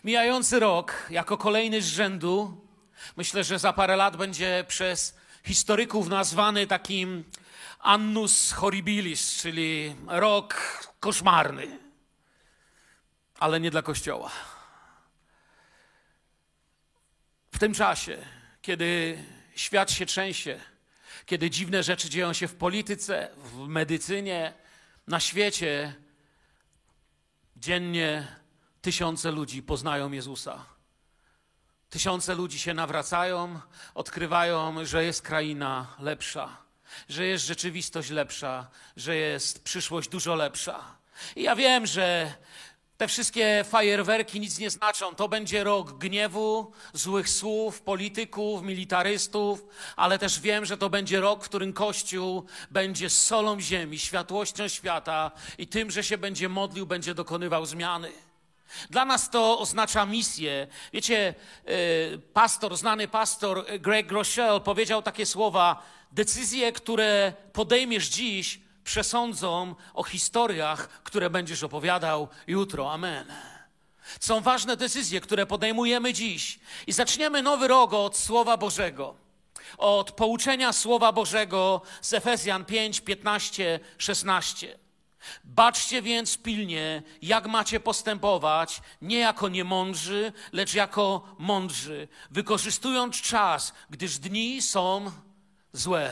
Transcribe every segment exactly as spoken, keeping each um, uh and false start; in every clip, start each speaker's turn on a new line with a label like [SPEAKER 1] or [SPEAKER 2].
[SPEAKER 1] Mijający rok, jako kolejny z rzędu, myślę, że za parę lat będzie przez historyków nazwany takim annus horribilis, czyli rok koszmarny, ale nie dla Kościoła. W tym czasie, kiedy świat się trzęsie, kiedy dziwne rzeczy dzieją się w polityce, w medycynie, na świecie, dziennie tysiące ludzi poznają Jezusa. Tysiące ludzi się nawracają, odkrywają, że jest kraina lepsza, że jest rzeczywistość lepsza, że jest przyszłość dużo lepsza. I ja wiem, że te wszystkie fajerwerki nic nie znaczą. To będzie rok gniewu, złych słów, polityków, militarystów, ale też wiem, że to będzie rok, w którym Kościół będzie solą ziemi, światłością świata i tym, że się będzie modlił, będzie dokonywał zmiany. Dla nas to oznacza misję. Wiecie, pastor, znany pastor Greg Groeschel powiedział takie słowa: decyzje, które podejmiesz dziś, przesądzą o historiach, które będziesz opowiadał jutro. Amen. Są ważne decyzje, które podejmujemy dziś. I zaczniemy nowy rok od Słowa Bożego. Od pouczenia Słowa Bożego z Efezjan pięć, piętnaście, szesnaście. Baczcie więc pilnie, jak macie postępować, nie jako niemądrzy, lecz jako mądrzy, wykorzystując czas, gdyż dni są złe.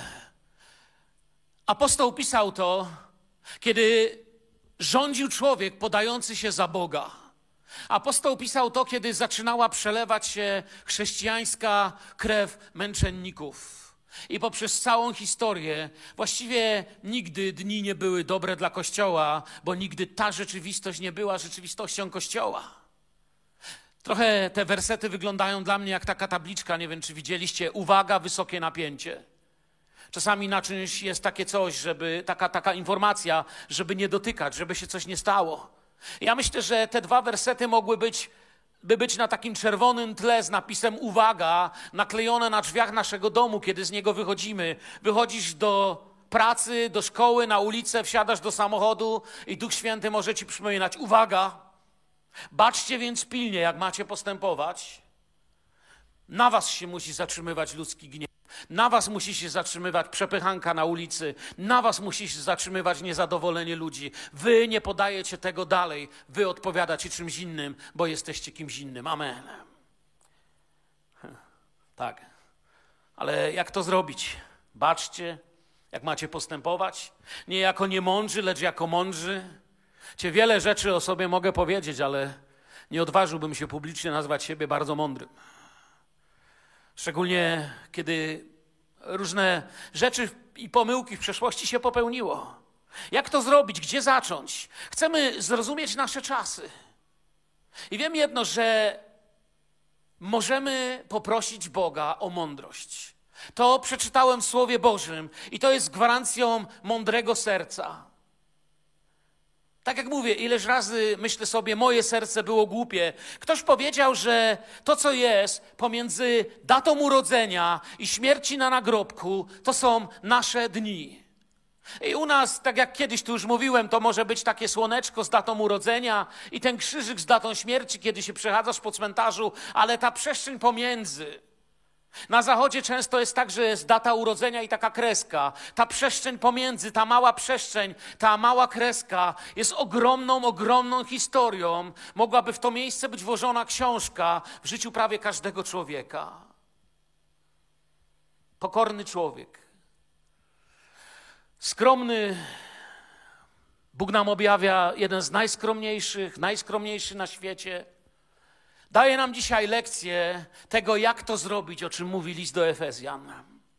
[SPEAKER 1] Apostoł pisał to, kiedy rządził człowiek podający się za Boga. Apostoł pisał to, kiedy zaczynała przelewać się chrześcijańska krew męczenników. I poprzez całą historię właściwie nigdy dni nie były dobre dla Kościoła, bo nigdy ta rzeczywistość nie była rzeczywistością Kościoła. Trochę te wersety wyglądają dla mnie jak taka tabliczka, nie wiem, czy widzieliście, uwaga, wysokie napięcie. Czasami na czymś jest takie coś, żeby taka, taka informacja, żeby nie dotykać, żeby się coś nie stało. Ja myślę, że te dwa wersety mogły być, by być na takim czerwonym tle z napisem uwaga, naklejone na drzwiach naszego domu, kiedy z niego wychodzimy. Wychodzisz do pracy, do szkoły, na ulicę, wsiadasz do samochodu i Duch Święty może ci przypominać: uwaga, baczcie więc pilnie, jak macie postępować. Na was się musi zatrzymywać ludzki gniew. Na was musi się zatrzymywać przepychanka na ulicy. Na was musi się zatrzymywać niezadowolenie ludzi. Wy nie podajecie tego dalej. Wy odpowiadacie czymś innym, bo jesteście kimś innym. Amen. Tak. Ale jak to zrobić? Baczcie, jak macie postępować. Nie jako niemądrzy, lecz jako mądrzy. Cię wiele rzeczy o sobie mogę powiedzieć, ale nie odważyłbym się publicznie nazwać siebie bardzo mądrym. Szczególnie, kiedy różne rzeczy i pomyłki w przeszłości się popełniło. Jak to zrobić? Gdzie zacząć? Chcemy zrozumieć nasze czasy. I wiem jedno, że możemy poprosić Boga o mądrość. To przeczytałem w Słowie Bożym i to jest gwarancją mądrego serca. Tak jak mówię, ileż razy myślę sobie, moje serce było głupie. Ktoś powiedział, że to, co jest pomiędzy datą urodzenia i śmierci na nagrobku, to są nasze dni. I u nas, tak jak kiedyś tu już mówiłem, to może być takie słoneczko z datą urodzenia i ten krzyżyk z datą śmierci, kiedy się przechadzasz po cmentarzu, ale ta przestrzeń pomiędzy. Na zachodzie często jest tak, że jest data urodzenia i taka kreska. Ta przestrzeń pomiędzy, ta mała przestrzeń, ta mała kreska jest ogromną, ogromną historią. Mogłaby w to miejsce być włożona książka w życiu prawie każdego człowieka. Pokorny człowiek. Skromny. Bóg nam objawia jeden z najskromniejszych, najskromniejszy na świecie. Daje nam dzisiaj lekcję tego, jak to zrobić, o czym mówi list do Efezjan.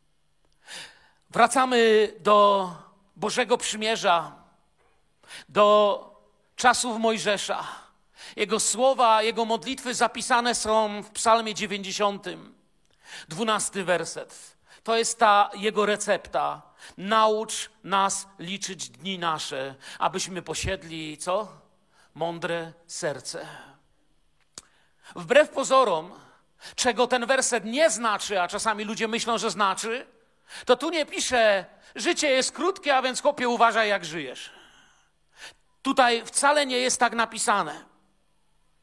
[SPEAKER 1] Wracamy do Bożego Przymierza, do czasów Mojżesza. Jego słowa, jego modlitwy zapisane są w Psalmie dziewięćdziesiątym, dwunasty werset. To jest ta jego recepta. Naucz nas liczyć dni nasze, abyśmy posiedli, co? Mądre serce. Wbrew pozorom, czego ten werset nie znaczy, a czasami ludzie myślą, że znaczy, to tu nie pisze: życie jest krótkie, a więc chłopie uważaj, jak żyjesz. Tutaj wcale nie jest tak napisane.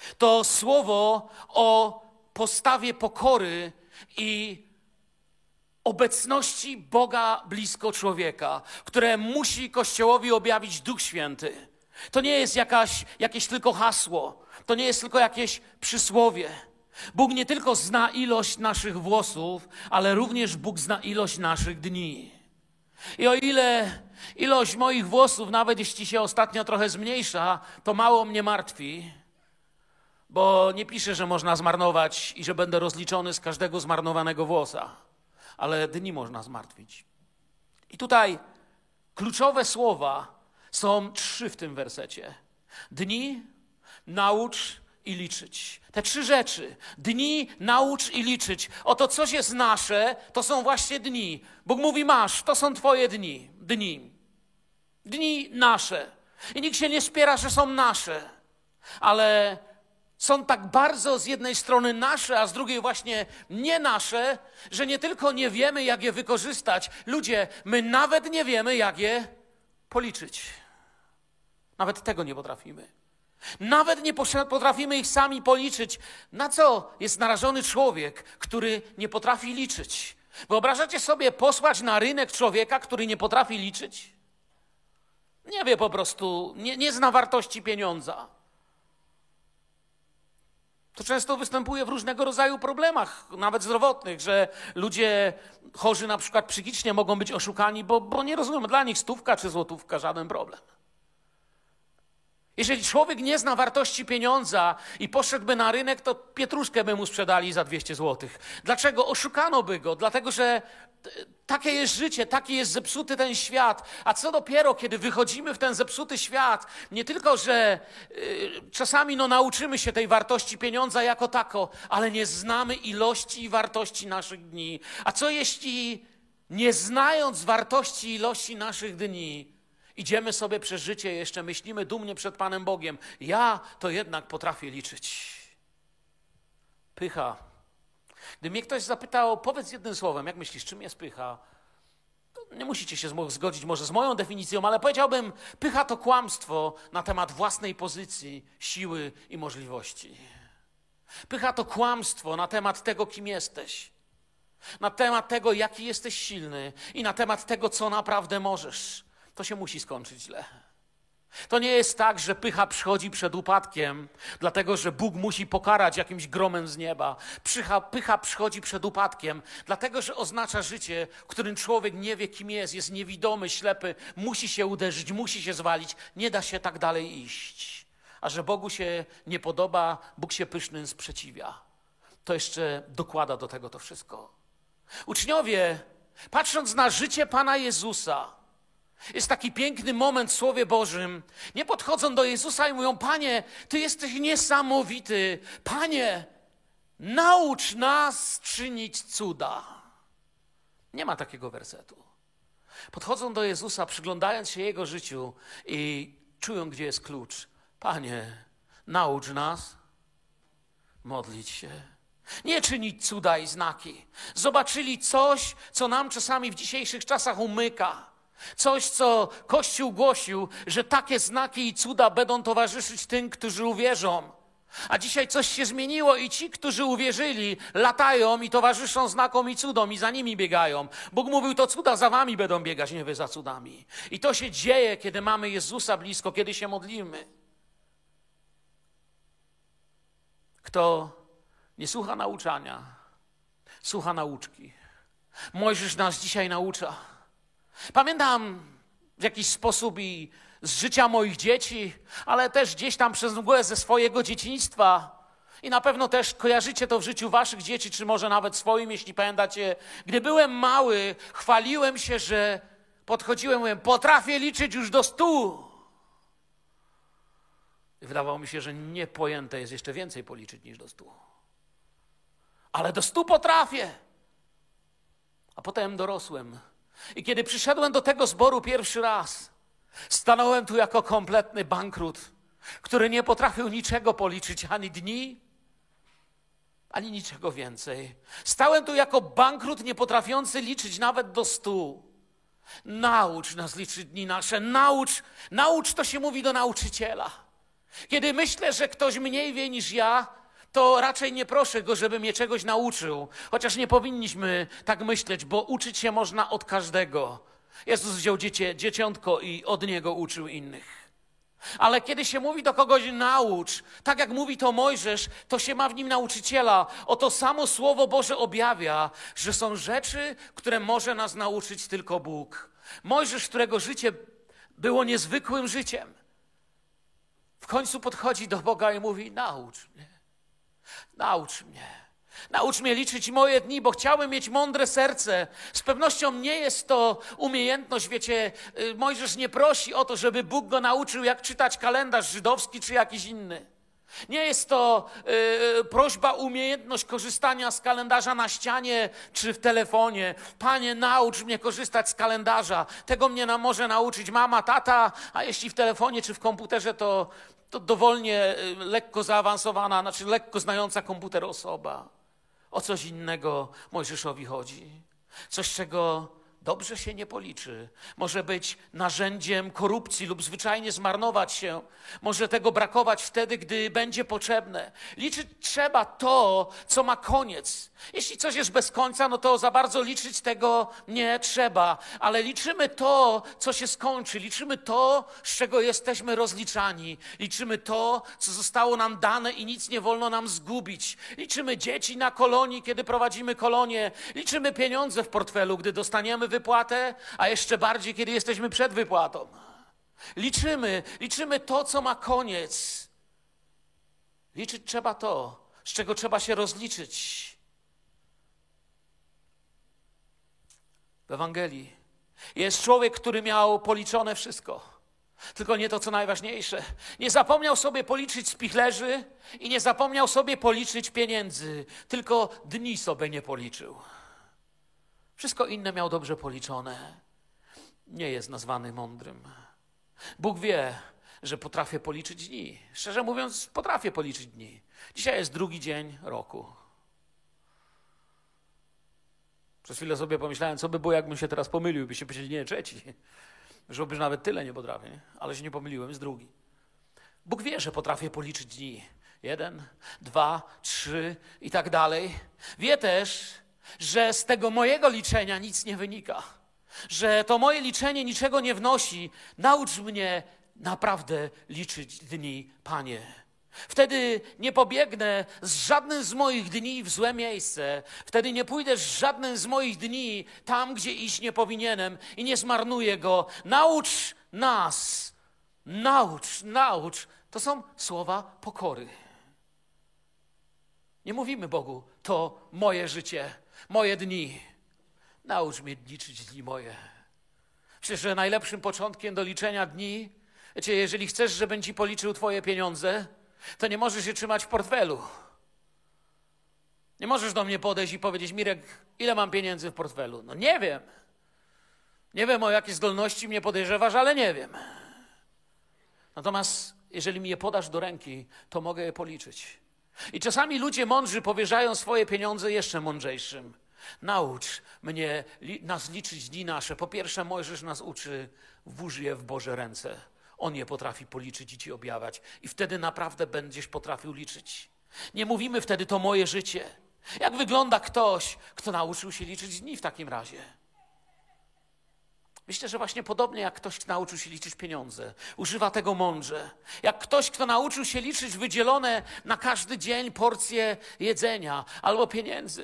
[SPEAKER 1] To słowo o postawie pokory i obecności Boga blisko człowieka, które musi Kościołowi objawić Duch Święty. To nie jest jakaś, jakieś tylko hasło, to nie jest tylko jakieś przysłowie. Bóg nie tylko zna ilość naszych włosów, ale również Bóg zna ilość naszych dni. I o ile ilość moich włosów, nawet jeśli się ostatnio trochę zmniejsza, to mało mnie martwi, bo nie piszę, że można zmarnować i że będę rozliczony z każdego zmarnowanego włosa, ale dni można zmartwić. I tutaj kluczowe słowa są trzy w tym wersecie. Dni, naucz i liczyć. Te trzy rzeczy. Dni, naucz i liczyć. Oto coś jest nasze, to są właśnie dni. Bóg mówi, masz, to są twoje dni. Dni. Dni nasze. I nikt się nie spiera, że są nasze. Ale są tak bardzo z jednej strony nasze, a z drugiej właśnie nie nasze, że nie tylko nie wiemy, jak je wykorzystać. Ludzie, my nawet nie wiemy, jak je policzyć. Nawet tego nie potrafimy. Nawet nie potrafimy ich sami policzyć. Na co jest narażony człowiek, który nie potrafi liczyć? Wyobrażacie sobie posłać na rynek człowieka, który nie potrafi liczyć? Nie wie po prostu, nie, nie zna wartości pieniądza. To często występuje w różnego rodzaju problemach, nawet zdrowotnych, że ludzie chorzy na przykład psychicznie mogą być oszukani, bo, bo nie rozumiem, dla nich stówka czy złotówka, żaden problem. Jeżeli człowiek nie zna wartości pieniądza i poszedłby na rynek, to pietruszkę by mu sprzedali za dwieście złotych. Dlaczego? Oszukano by go, dlatego że takie jest życie, taki jest zepsuty ten świat. A co dopiero, kiedy wychodzimy w ten zepsuty świat, nie tylko, że y, czasami no, nauczymy się tej wartości pieniądza jako tako, ale nie znamy ilości i wartości naszych dni. A co jeśli nie znając wartości i ilości naszych dni, idziemy sobie przez życie, jeszcze myślimy dumnie przed Panem Bogiem. Ja to jednak potrafię liczyć. Pycha. Gdy mnie ktoś zapytał, powiedz jednym słowem, jak myślisz, czym jest pycha? To nie musicie się zgodzić może z moją definicją, ale powiedziałbym, pycha to kłamstwo na temat własnej pozycji, siły i możliwości. Pycha to kłamstwo na temat tego, kim jesteś. Na temat tego, jaki jesteś silny i na temat tego, co naprawdę możesz. To się musi skończyć źle. To nie jest tak, że pycha przychodzi przed upadkiem, dlatego że Bóg musi pokarać jakimś gromem z nieba. Pycha, pycha przychodzi przed upadkiem, dlatego że oznacza życie, w którym człowiek nie wie, kim jest, jest niewidomy, ślepy, musi się uderzyć, musi się zwalić. Nie da się tak dalej iść. A że Bogu się nie podoba, Bóg się pysznym sprzeciwia. To jeszcze dokłada do tego to wszystko. Uczniowie, patrząc na życie Pana Jezusa, jest taki piękny moment w Słowie Bożym. Nie podchodzą do Jezusa i mówią, Panie, Ty jesteś niesamowity. Panie, naucz nas czynić cuda. Nie ma takiego wersetu. Podchodzą do Jezusa, przyglądając się Jego życiu i czują, gdzie jest klucz. Panie, naucz nas modlić się. Nie czynić cuda i znaki. Zobaczyli coś, co nam czasami w dzisiejszych czasach umyka. Coś, co Kościół głosił, że takie znaki i cuda będą towarzyszyć tym, którzy uwierzą. A dzisiaj coś się zmieniło i ci, którzy uwierzyli, latają i towarzyszą znakom i cudom i za nimi biegają. Bóg mówił, to cuda za wami będą biegać, nie wy za cudami. I to się dzieje, kiedy mamy Jezusa blisko, kiedy się modlimy. Kto nie słucha nauczania, słucha nauczki. Mojżesz nas dzisiaj naucza. Pamiętam w jakiś sposób i z życia moich dzieci, ale też gdzieś tam przez mgłę ze swojego dzieciństwa i na pewno też kojarzycie to w życiu waszych dzieci, czy może nawet swoim, jeśli pamiętacie. Gdy byłem mały, chwaliłem się, że podchodziłem, mówiłem, potrafię liczyć już do stu. I wydawało mi się, że niepojęte jest jeszcze więcej policzyć niż do stu. Ale do stu potrafię. A potem dorosłem. I kiedy przyszedłem do tego zboru pierwszy raz, stanąłem tu jako kompletny bankrut, który nie potrafił niczego policzyć, ani dni, ani niczego więcej. Stałem tu jako bankrut nie potrafiący liczyć nawet do stu. Naucz nas liczyć dni nasze, naucz, naucz to się mówi do nauczyciela. Kiedy myślę, że ktoś mniej wie niż ja, to raczej nie proszę go, żeby mnie czegoś nauczył. Chociaż nie powinniśmy tak myśleć, bo uczyć się można od każdego. Jezus wziął dziecię, dzieciątko i od niego uczył innych. Ale kiedy się mówi do kogoś naucz, tak jak mówi to Mojżesz, to się ma w nim nauczyciela. Oto samo Słowo Boże objawia, że są rzeczy, które może nas nauczyć tylko Bóg. Mojżesz, którego życie było niezwykłym życiem, w końcu podchodzi do Boga i mówi: naucz mnie, naucz mnie. Naucz mnie liczyć moje dni, bo chciałem mieć mądre serce. Z pewnością nie jest to umiejętność, wiecie, Mojżesz nie prosi o to, żeby Bóg go nauczył, jak czytać kalendarz żydowski czy jakiś inny. Nie jest to yy, prośba, umiejętność korzystania z kalendarza na ścianie czy w telefonie. Panie, naucz mnie korzystać z kalendarza. Tego mnie nam może nauczyć mama, tata, a jeśli w telefonie czy w komputerze, to, to dowolnie yy, lekko zaawansowana, znaczy lekko znająca komputer osoba. O coś innego Mojżeszowi chodzi. Coś, czego dobrze się nie policzy. Może być narzędziem korupcji lub zwyczajnie zmarnować się. Może tego brakować wtedy, gdy będzie potrzebne. Liczyć trzeba to, co ma koniec. Jeśli coś jest bez końca, no to za bardzo liczyć tego nie trzeba. Ale liczymy to, co się skończy. Liczymy to, z czego jesteśmy rozliczani. Liczymy to, co zostało nam dane i nic nie wolno nam zgubić. Liczymy dzieci na kolonii, kiedy prowadzimy kolonię. Liczymy pieniądze w portfelu, gdy dostaniemy wypłatę, a jeszcze bardziej, kiedy jesteśmy przed wypłatą. Liczymy, liczymy to, co ma koniec. Liczyć trzeba to, z czego trzeba się rozliczyć. W Ewangelii jest człowiek, który miał policzone wszystko, tylko nie to, co najważniejsze. Nie zapomniał sobie policzyć spichlerzy i nie zapomniał sobie policzyć pieniędzy, tylko dni sobie nie policzył. Wszystko inne miał dobrze policzone. Nie jest nazwany mądrym. Bóg wie, że potrafię policzyć dni. Szczerze mówiąc, potrafię policzyć dni. Dzisiaj jest drugi dzień roku. Przez chwilę sobie pomyślałem, co by było, jakbym się teraz pomylił, by się powiedzieli, nie, trzeci. Żebyś nawet tyle nie potrafię, nie? Ale się nie pomyliłem, jest drugi. Bóg wie, że potrafię policzyć dni. Jeden, dwa, trzy i tak dalej. Wie też, że z tego mojego liczenia nic nie wynika. Że to moje liczenie niczego nie wnosi. Naucz mnie naprawdę liczyć dni, Panie. Wtedy nie pobiegnę z żadnym z moich dni w złe miejsce. Wtedy nie pójdę z żadnym z moich dni tam, gdzie iść nie powinienem i nie zmarnuję go. Naucz nas. Naucz, naucz. To są słowa pokory. Nie mówimy Bogu, to moje życie, moje dni. Naucz mnie liczyć dni moje. Przecież że najlepszym początkiem do liczenia dni, wiecie, jeżeli chcesz, żebym ci policzył twoje pieniądze, to nie możesz się trzymać w portfelu. Nie możesz do mnie podejść i powiedzieć, Mirek, ile mam pieniędzy w portfelu? No nie wiem. Nie wiem, o jakie zdolności mnie podejrzewasz, ale nie wiem. Natomiast jeżeli mi je podasz do ręki, to mogę je policzyć. I czasami ludzie mądrzy powierzają swoje pieniądze jeszcze mądrzejszym. Naucz mnie, li, nas liczyć dni nasze. Po pierwsze, Mojżesz nas uczy, włóż je w Boże ręce. On je potrafi policzyć i ci objawiać. I wtedy naprawdę będziesz potrafił liczyć. Nie mówimy wtedy, to moje życie. Jak wygląda ktoś, kto nauczył się liczyć dni w takim razie? Myślę, że właśnie podobnie jak ktoś, kto nauczył się liczyć pieniądze. Używa tego mądrze. Jak ktoś, kto nauczył się liczyć wydzielone na każdy dzień porcje jedzenia albo pieniędzy.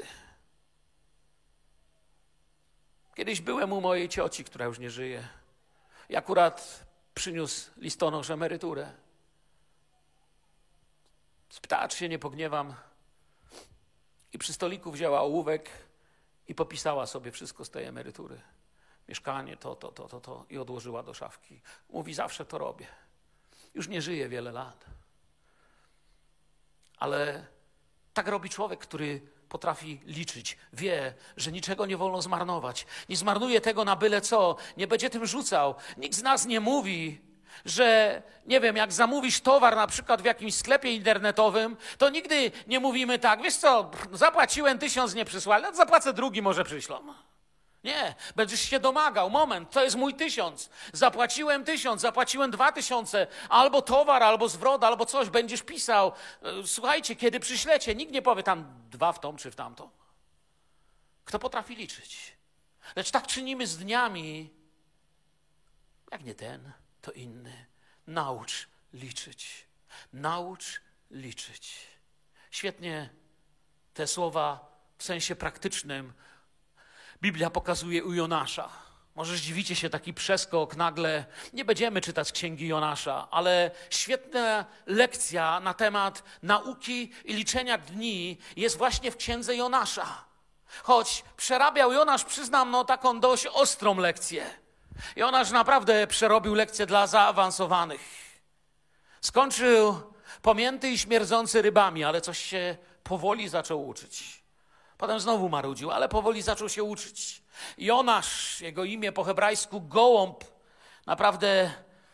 [SPEAKER 1] Kiedyś byłem u mojej cioci, która już nie żyje. I akurat przyniósł listonosz emeryturę. Spytała, czy się nie pogniewam. I przy stoliku wzięła ołówek i popisała sobie wszystko z tej emerytury. Mieszkanie, to, to, to, to, to i odłożyła do szafki. Mówi, zawsze to robię. Już nie żyje wiele lat. Ale tak robi człowiek, który potrafi liczyć. Wie, że niczego nie wolno zmarnować. Nie zmarnuje tego na byle co. Nie będzie tym rzucał. Nikt z nas nie mówi, że, nie wiem, jak zamówisz towar na przykład w jakimś sklepie internetowym, to nigdy nie mówimy tak, wiesz co, zapłaciłem tysiąc, nie przysłali, no zapłacę drugi, może przyślą. Nie, będziesz się domagał. Moment, to jest mój tysiąc. Zapłaciłem tysiąc, zapłaciłem dwa tysiące. Albo towar, albo zwrot, albo coś. Będziesz pisał. Słuchajcie, kiedy przyślecie, nikt nie powie tam dwa w tą czy w tamtą. Kto potrafi liczyć? Lecz tak czynimy z dniami. Jak nie ten, to inny. Naucz liczyć. Naucz liczyć. Świetnie te słowa w sensie praktycznym Biblia pokazuje u Jonasza. Może zdziwicie się, taki przeskok nagle. Nie będziemy czytać księgi Jonasza, ale świetna lekcja na temat nauki i liczenia dni jest właśnie w księdze Jonasza. Choć przerabiał Jonasz, przyznam, no taką dość ostrą lekcję. Jonasz naprawdę przerobił lekcję dla zaawansowanych. Skończył pomięty i śmierdzący rybami, ale coś się powoli zaczął uczyć. Potem znowu marudził, ale powoli zaczął się uczyć. Jonasz, jego imię po hebrajsku gołąb, naprawdę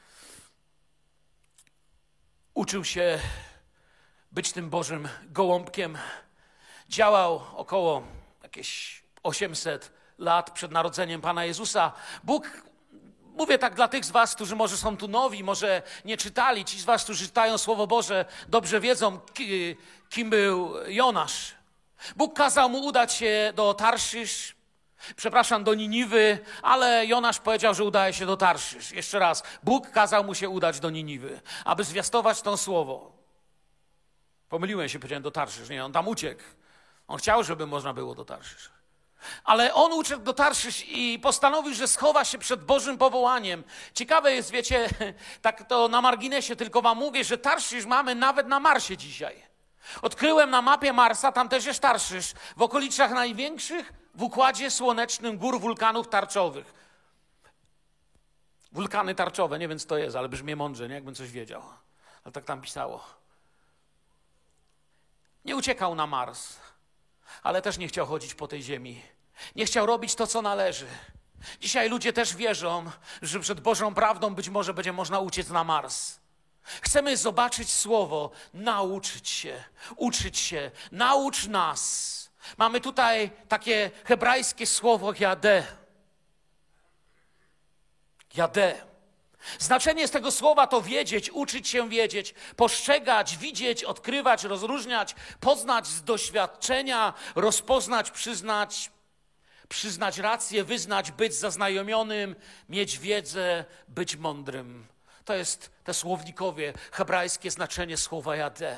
[SPEAKER 1] uczył się być tym Bożym gołąbkiem. Działał około jakieś osiemset lat przed narodzeniem Pana Jezusa. Bóg, mówię tak dla tych z was, którzy może są tu nowi, może nie czytali, ci z was, którzy czytają Słowo Boże, dobrze wiedzą, kim był Jonasz. Bóg kazał mu udać się do Tarszysz, przepraszam, do Niniwy, ale Jonasz powiedział, że udaje się do Tarszysz. Jeszcze raz, Bóg kazał mu się udać do Niniwy, aby zwiastować to słowo. Pomyliłem się, powiedziałem do Tarszysz, nie, on tam uciekł. On chciał, żeby można było do Tarszysz. Ale on uciekł do Tarszysz i postanowił, że schowa się przed Bożym powołaniem. Ciekawe jest, wiecie, tak to na marginesie tylko wam mówię, że Tarszysz mamy nawet na Marsie dzisiaj. Odkryłem na mapie Marsa, tam też jest Tarszysz, w okolicach największych w Układzie Słonecznym gór wulkanów tarczowych. Wulkany tarczowe, nie wiem co to jest, ale brzmi mądrze, nie? Jakbym coś wiedział. Ale tak tam pisało. Nie uciekał na Mars, ale też nie chciał chodzić po tej ziemi. Nie chciał robić to, co należy. Dzisiaj ludzie też wierzą, że przed Bożą prawdą być może będzie można uciec na Mars. Chcemy zobaczyć Słowo, nauczyć się, uczyć się, naucz nas. Mamy tutaj takie hebrajskie słowo jadę. Jadę. Znaczenie z tego słowa to wiedzieć, uczyć się wiedzieć, postrzegać, widzieć, odkrywać, rozróżniać, poznać z doświadczenia, rozpoznać, przyznać, przyznać rację, wyznać, być zaznajomionym, mieć wiedzę, być mądrym. To jest te słownikowe, hebrajskie znaczenie słowa jadę.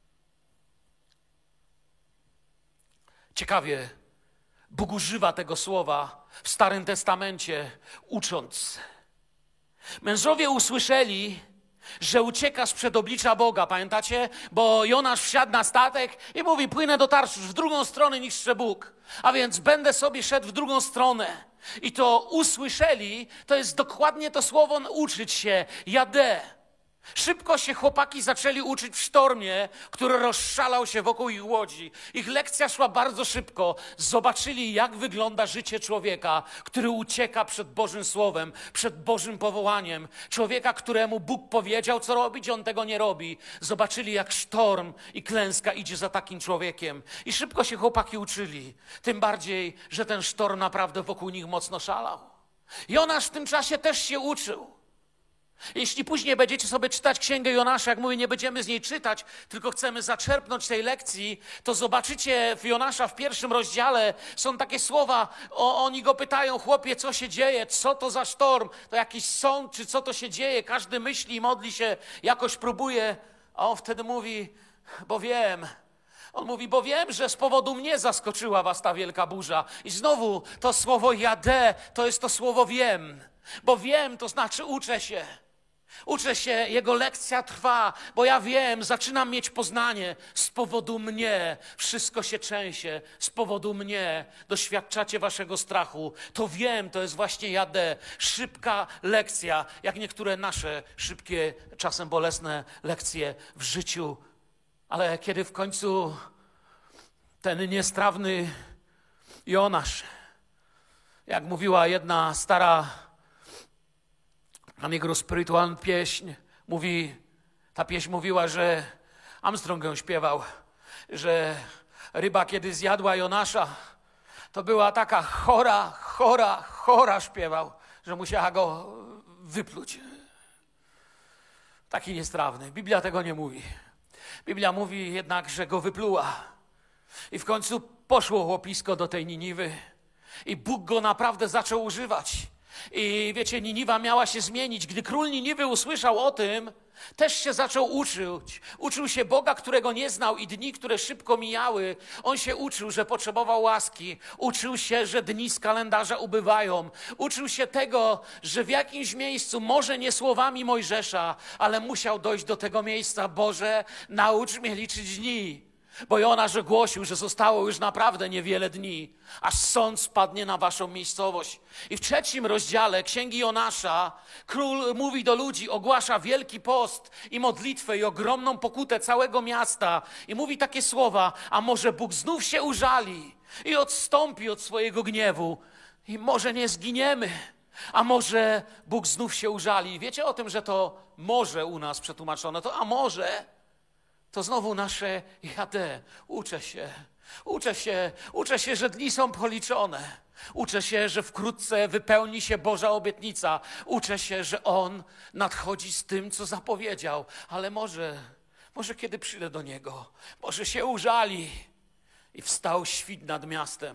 [SPEAKER 1] Ciekawie, Bóg używa tego słowa w Starym Testamencie, ucząc. Mężowie usłyszeli, że uciekasz przed oblicza Boga, pamiętacie? Bo Jonasz wsiadł na statek i mówi, płynę do Tarszysz, w drugą stronę niż chce Bóg. A więc będę sobie szedł w drugą stronę. I to usłyszeli, to jest dokładnie to słowo uczyć się, jadę. Szybko się chłopaki zaczęli uczyć w sztormie, który rozszalał się wokół ich łodzi. Ich lekcja szła bardzo szybko. Zobaczyli, jak wygląda życie człowieka, który ucieka przed Bożym Słowem, przed Bożym powołaniem. Człowieka, któremu Bóg powiedział, co robić, on tego nie robi. Zobaczyli, jak sztorm i klęska idzie za takim człowiekiem. I szybko się chłopaki uczyli. Tym bardziej, że ten sztorm naprawdę wokół nich mocno szalał. Jonasz w tym czasie też się uczył. Jeśli później będziecie sobie czytać Księgę Jonasza, jak mówię, nie będziemy z niej czytać, tylko chcemy zaczerpnąć tej lekcji, to zobaczycie w Jonasza w pierwszym rozdziale są takie słowa, o, oni go pytają, chłopie, co się dzieje, co to za sztorm, to jakiś sąd, czy co to się dzieje, każdy myśli i modli się, jakoś próbuje, a on wtedy mówi, bo wiem. On mówi, bo wiem, że z powodu mnie zaskoczyła was ta wielka burza. I znowu to słowo jadę, to jest to słowo wiem, bo wiem, to znaczy uczę się. Uczę się, jego lekcja trwa, bo ja wiem, zaczynam mieć poznanie. Z powodu mnie wszystko się trzęsie, z powodu mnie doświadczacie waszego strachu. To wiem, to jest właśnie jadę. Szybka lekcja, jak niektóre nasze szybkie, czasem bolesne lekcje w życiu. Ale kiedy w końcu ten niestrawny Jonasz, jak mówiła jedna stara na niego spirytualna pieśń, mówi, ta pieśń mówiła, że Armstrong ją śpiewał, że ryba kiedy zjadła Jonasza, To była taka chora, chora, chora śpiewał, że musiała go wypluć. Taki niestrawny. Biblia tego nie mówi. Biblia mówi jednak, że go wypluła. I w końcu poszło chłopisko do tej Niniwy. I Bóg go naprawdę zaczął używać. I wiecie, Niniwa miała się zmienić. Gdy król Niniwy usłyszał o tym, też się zaczął uczyć. Uczył się Boga, którego nie znał i dni, które szybko mijały. On się uczył, że potrzebował łaski. Uczył się, że dni z kalendarza ubywają. Uczył się tego, że w jakimś miejscu, może nie słowami Mojżesza, ale musiał dojść do tego miejsca. Boże, naucz mnie liczyć dni. Bo Jonasz głosił, że zostało już naprawdę niewiele dni, aż sąd spadnie na waszą miejscowość. I w trzecim rozdziale Księgi Jonasza król mówi do ludzi, ogłasza wielki post i modlitwę i ogromną pokutę całego miasta. I mówi takie słowa, a może Bóg znów się użali i odstąpi od swojego gniewu i może nie zginiemy. A może Bóg znów się użali. Wiecie o tym, że to może u nas przetłumaczone, to a może... To znowu nasze jadę. Uczę się, uczę się, uczę się, że dni są policzone. Uczę się, że wkrótce wypełni się Boża obietnica. Uczę się, że On nadchodzi z tym, co zapowiedział. Ale może, może kiedy przyjdę do Niego, może się użali. I wstał świt nad miastem.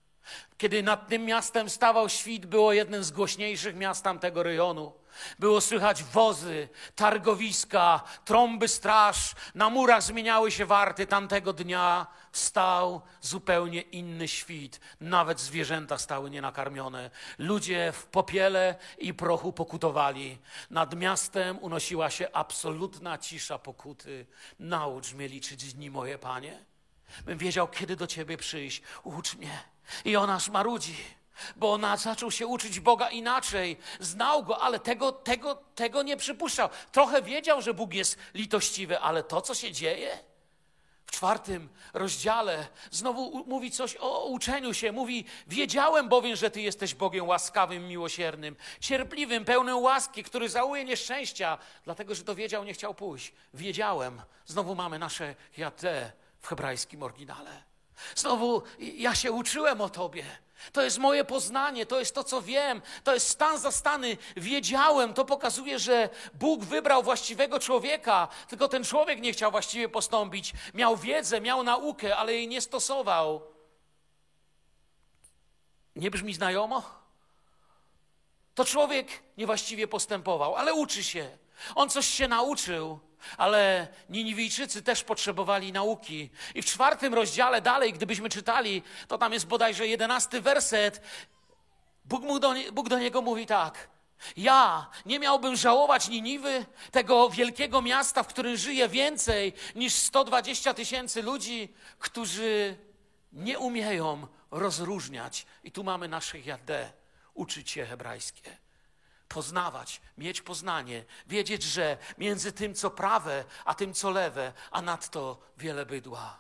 [SPEAKER 1] Kiedy nad tym miastem stawał świt, było jednym z głośniejszych miast tamtego rejonu. Było słychać wozy, targowiska, trąby straż. Na murach zmieniały się warty. Tamtego dnia stał zupełnie inny świt. Nawet zwierzęta stały nienakarmione. Ludzie w popiele i prochu pokutowali. Nad miastem unosiła się absolutna cisza pokuty. Naucz mnie liczyć dni, moje Panie. Bym wiedział, kiedy do Ciebie przyjść. Ucz mnie. I Jonasz marudzi, bo ona zaczął się uczyć Boga inaczej. Znał Go, ale tego, tego, tego nie przypuszczał. Trochę wiedział, że Bóg jest litościwy, ale to, co się dzieje w czwartym rozdziale, znowu mówi coś o uczeniu się. Mówi, wiedziałem bowiem, że Ty jesteś Bogiem łaskawym, miłosiernym, cierpliwym, pełnym łaski, który żałuje nieszczęścia. Dlatego, że to wiedział, nie chciał pójść. Wiedziałem. Znowu mamy nasze jatę w hebrajskim oryginale. Znowu ja się uczyłem o Tobie. To jest moje poznanie, to jest to, co wiem. To jest stan zastany. Wiedziałem, to pokazuje, że Bóg wybrał właściwego człowieka, tylko ten człowiek nie chciał właściwie postąpić. Miał wiedzę, miał naukę, ale jej nie stosował. Nie brzmi znajomo? To człowiek niewłaściwie postępował, ale uczy się. On coś się nauczył. Ale Niniwijczycy też potrzebowali nauki. I w czwartym rozdziale dalej, gdybyśmy czytali, to tam jest bodajże jedenasty werset. Bóg, mu do, Bóg do niego mówi tak. Ja nie miałbym żałować Niniwy, tego wielkiego miasta, w którym żyje więcej niż sto dwadzieścia tysięcy ludzi, którzy nie umieją rozróżniać. I tu mamy nasze jadę, uczyć się hebrajskie. Poznawać, mieć poznanie, wiedzieć, że między tym, co prawe, a tym, co lewe, a nadto wiele bydła.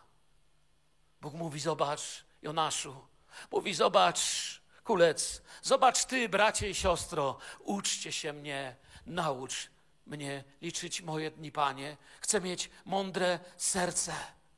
[SPEAKER 1] Bóg mówi, zobacz, Jonaszu, mówi, zobacz, Kulec, zobacz ty, bracie i siostro, uczcie się mnie, naucz mnie liczyć moje dni, Panie. Chcę mieć mądre serce.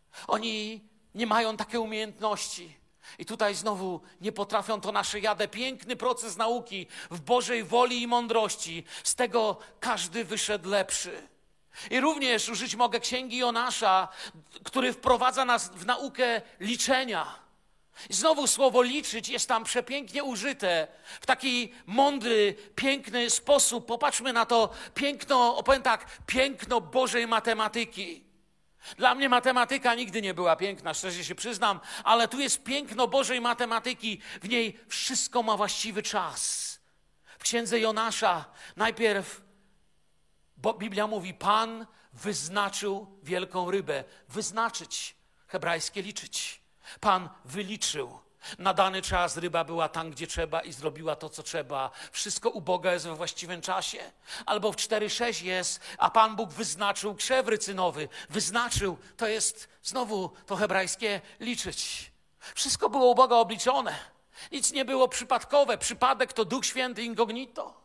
[SPEAKER 1] Oni nie mają takiej umiejętności. I tutaj znowu nie potrafią, to nasze jadę. Piękny proces nauki w Bożej woli i mądrości. Z tego każdy wyszedł lepszy. I również użyć mogę Księgi Jonasza, który wprowadza nas w naukę liczenia. I znowu słowo liczyć jest tam przepięknie użyte w taki mądry, piękny sposób. Popatrzmy na to piękno, opowiem tak, piękno Bożej matematyki. Dla mnie matematyka nigdy nie była piękna, szczerze się przyznam, ale tu jest piękno Bożej matematyki. W niej wszystko ma właściwy czas. W Księdze Jonasza najpierw, bo Biblia mówi, Pan wyznaczył wielką rybę. Wyznaczyć, hebrajskie liczyć. Pan wyliczył. Na dany czas ryba była tam, gdzie trzeba i zrobiła to, co trzeba. Wszystko u Boga jest we właściwym czasie. Albo w cztery sześć jest, a Pan Bóg wyznaczył krzew rycynowy. Wyznaczył, to jest znowu to hebrajskie liczyć. Wszystko było u Boga obliczone. Nic nie było przypadkowe. Przypadek to Duch Święty incognito.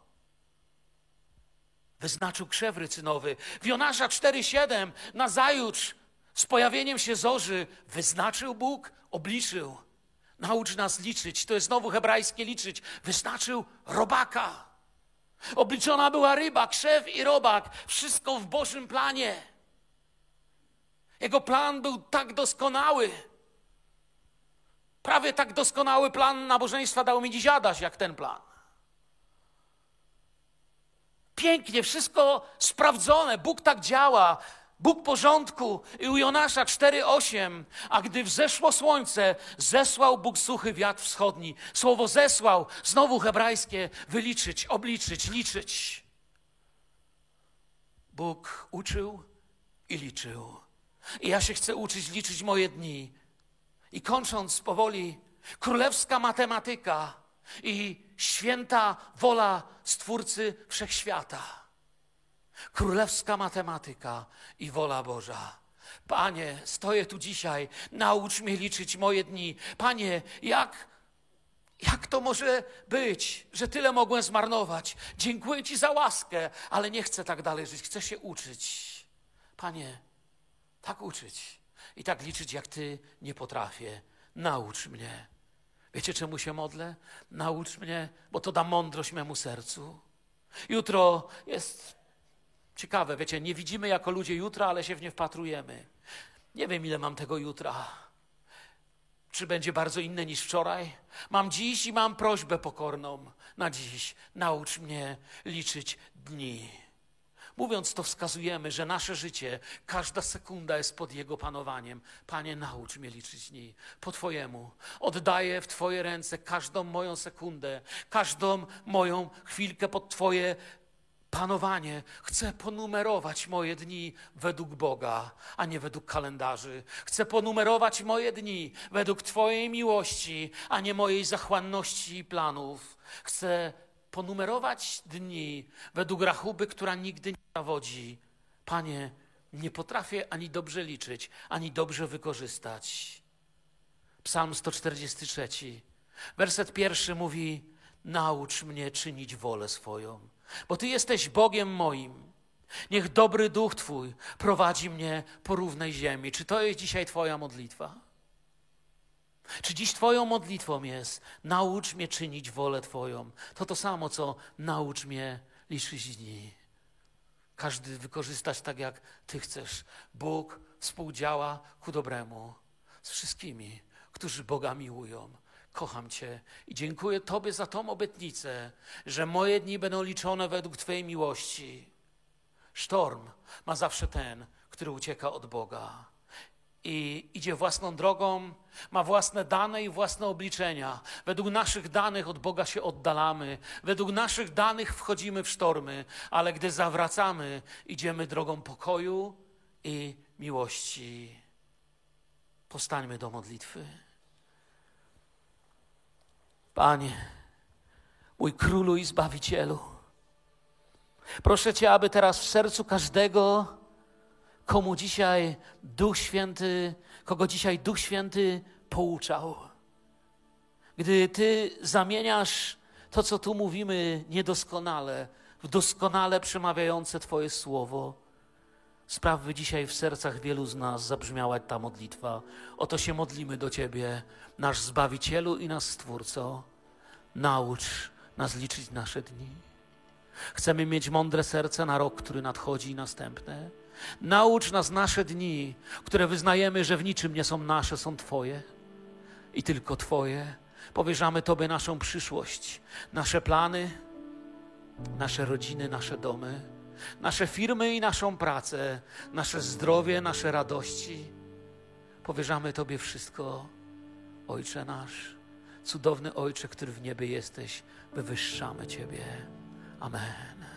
[SPEAKER 1] Wyznaczył krzew rycynowy. W Jonasza cztery siedem nazajutrz z pojawieniem się zorzy wyznaczył Bóg, obliczył. Naucz nas liczyć. To jest znowu hebrajskie liczyć. Wyznaczył robaka. Obliczona była ryba, krzew i robak. Wszystko w Bożym planie. Jego plan był tak doskonały. Prawie tak doskonały plan nabożeństwa dał mi dziś Adaś, jak ten plan. Pięknie, wszystko sprawdzone. Bóg tak działa. Bóg porządku. I u Jonasza cztery osiem. A gdy wzeszło słońce, zesłał Bóg suchy wiatr wschodni. Słowo zesłał, znowu hebrajskie, wyliczyć, obliczyć, liczyć. Bóg uczył i liczył. I ja się chcę uczyć liczyć moje dni. I kończąc powoli, królewska matematyka i święta wola Stwórcy Wszechświata. Królewska matematyka i wola Boża. Panie, stoję tu dzisiaj, naucz mnie liczyć moje dni. Panie, jak, jak to może być, że tyle mogłem zmarnować? Dziękuję Ci za łaskę, ale nie chcę tak dalej żyć, chcę się uczyć. Panie, tak uczyć i tak liczyć, jak Ty nie potrafię. Naucz mnie. Wiecie, czemu się modlę? Naucz mnie, bo to da mądrość memu sercu. Jutro jest ciekawe, wiecie, nie widzimy jako ludzie jutra, ale się w nie wpatrujemy. Nie wiem, ile mam tego jutra. Czy będzie bardzo inne niż wczoraj? Mam dziś i mam prośbę pokorną na dziś. Naucz mnie liczyć dni. Mówiąc to, wskazujemy, że nasze życie, każda sekunda jest pod Jego panowaniem. Panie, naucz mnie liczyć dni po Twojemu. Oddaję w Twoje ręce każdą moją sekundę, każdą moją chwilkę pod Twoje panowanie. Chcę ponumerować moje dni według Boga, a nie według kalendarzy. Chcę ponumerować moje dni według Twojej miłości, a nie mojej zachłanności i planów. Chcę ponumerować dni według rachuby, która nigdy nie zawodzi. Panie, nie potrafię ani dobrze liczyć, ani dobrze wykorzystać. Psalm sto czterdziesty trzy, werset pierwszy mówi: naucz mnie czynić wolę swoją, bo Ty jesteś Bogiem moim. Niech dobry duch Twój prowadzi mnie po równej ziemi. Czy to jest dzisiaj Twoja modlitwa? Czy dziś Twoją modlitwą jest: naucz mnie czynić wolę Twoją? To to samo, co naucz mnie liczyć dni. Każdy wykorzystać tak, jak Ty chcesz. Bóg współdziała ku dobremu z wszystkimi, którzy Boga miłują. Kocham Cię i dziękuję Tobie za tą obietnicę, że moje dni będą liczone według Twojej miłości. Sztorm ma zawsze ten, który ucieka od Boga i idzie własną drogą, ma własne dane i własne obliczenia. Według naszych danych od Boga się oddalamy, według naszych danych wchodzimy w sztormy, ale gdy zawracamy, idziemy drogą pokoju i miłości. Powstańmy do modlitwy. Panie, mój Królu i Zbawicielu, proszę Cię, aby teraz w sercu każdego, komu dzisiaj Duch Święty, kogo dzisiaj Duch Święty pouczał, gdy Ty zamieniasz to, co tu mówimy niedoskonale, w doskonale przemawiające Twoje słowo, spraw, by dzisiaj w sercach wielu z nas zabrzmiała ta modlitwa. Oto się modlimy do Ciebie, nasz Zbawicielu i nasz Stwórco. Naucz nas liczyć nasze dni. Chcemy mieć mądre serce na rok, który nadchodzi i następne. Naucz nas nasze dni, które wyznajemy, że w niczym nie są nasze, są Twoje i tylko Twoje. Powierzamy Tobie naszą przyszłość, nasze plany, nasze rodziny, nasze domy, nasze firmy i naszą pracę, nasze zdrowie, nasze radości. Powierzamy Tobie wszystko, Ojcze nasz, cudowny Ojcze, który w niebie jesteś, wywyższamy Ciebie. Amen.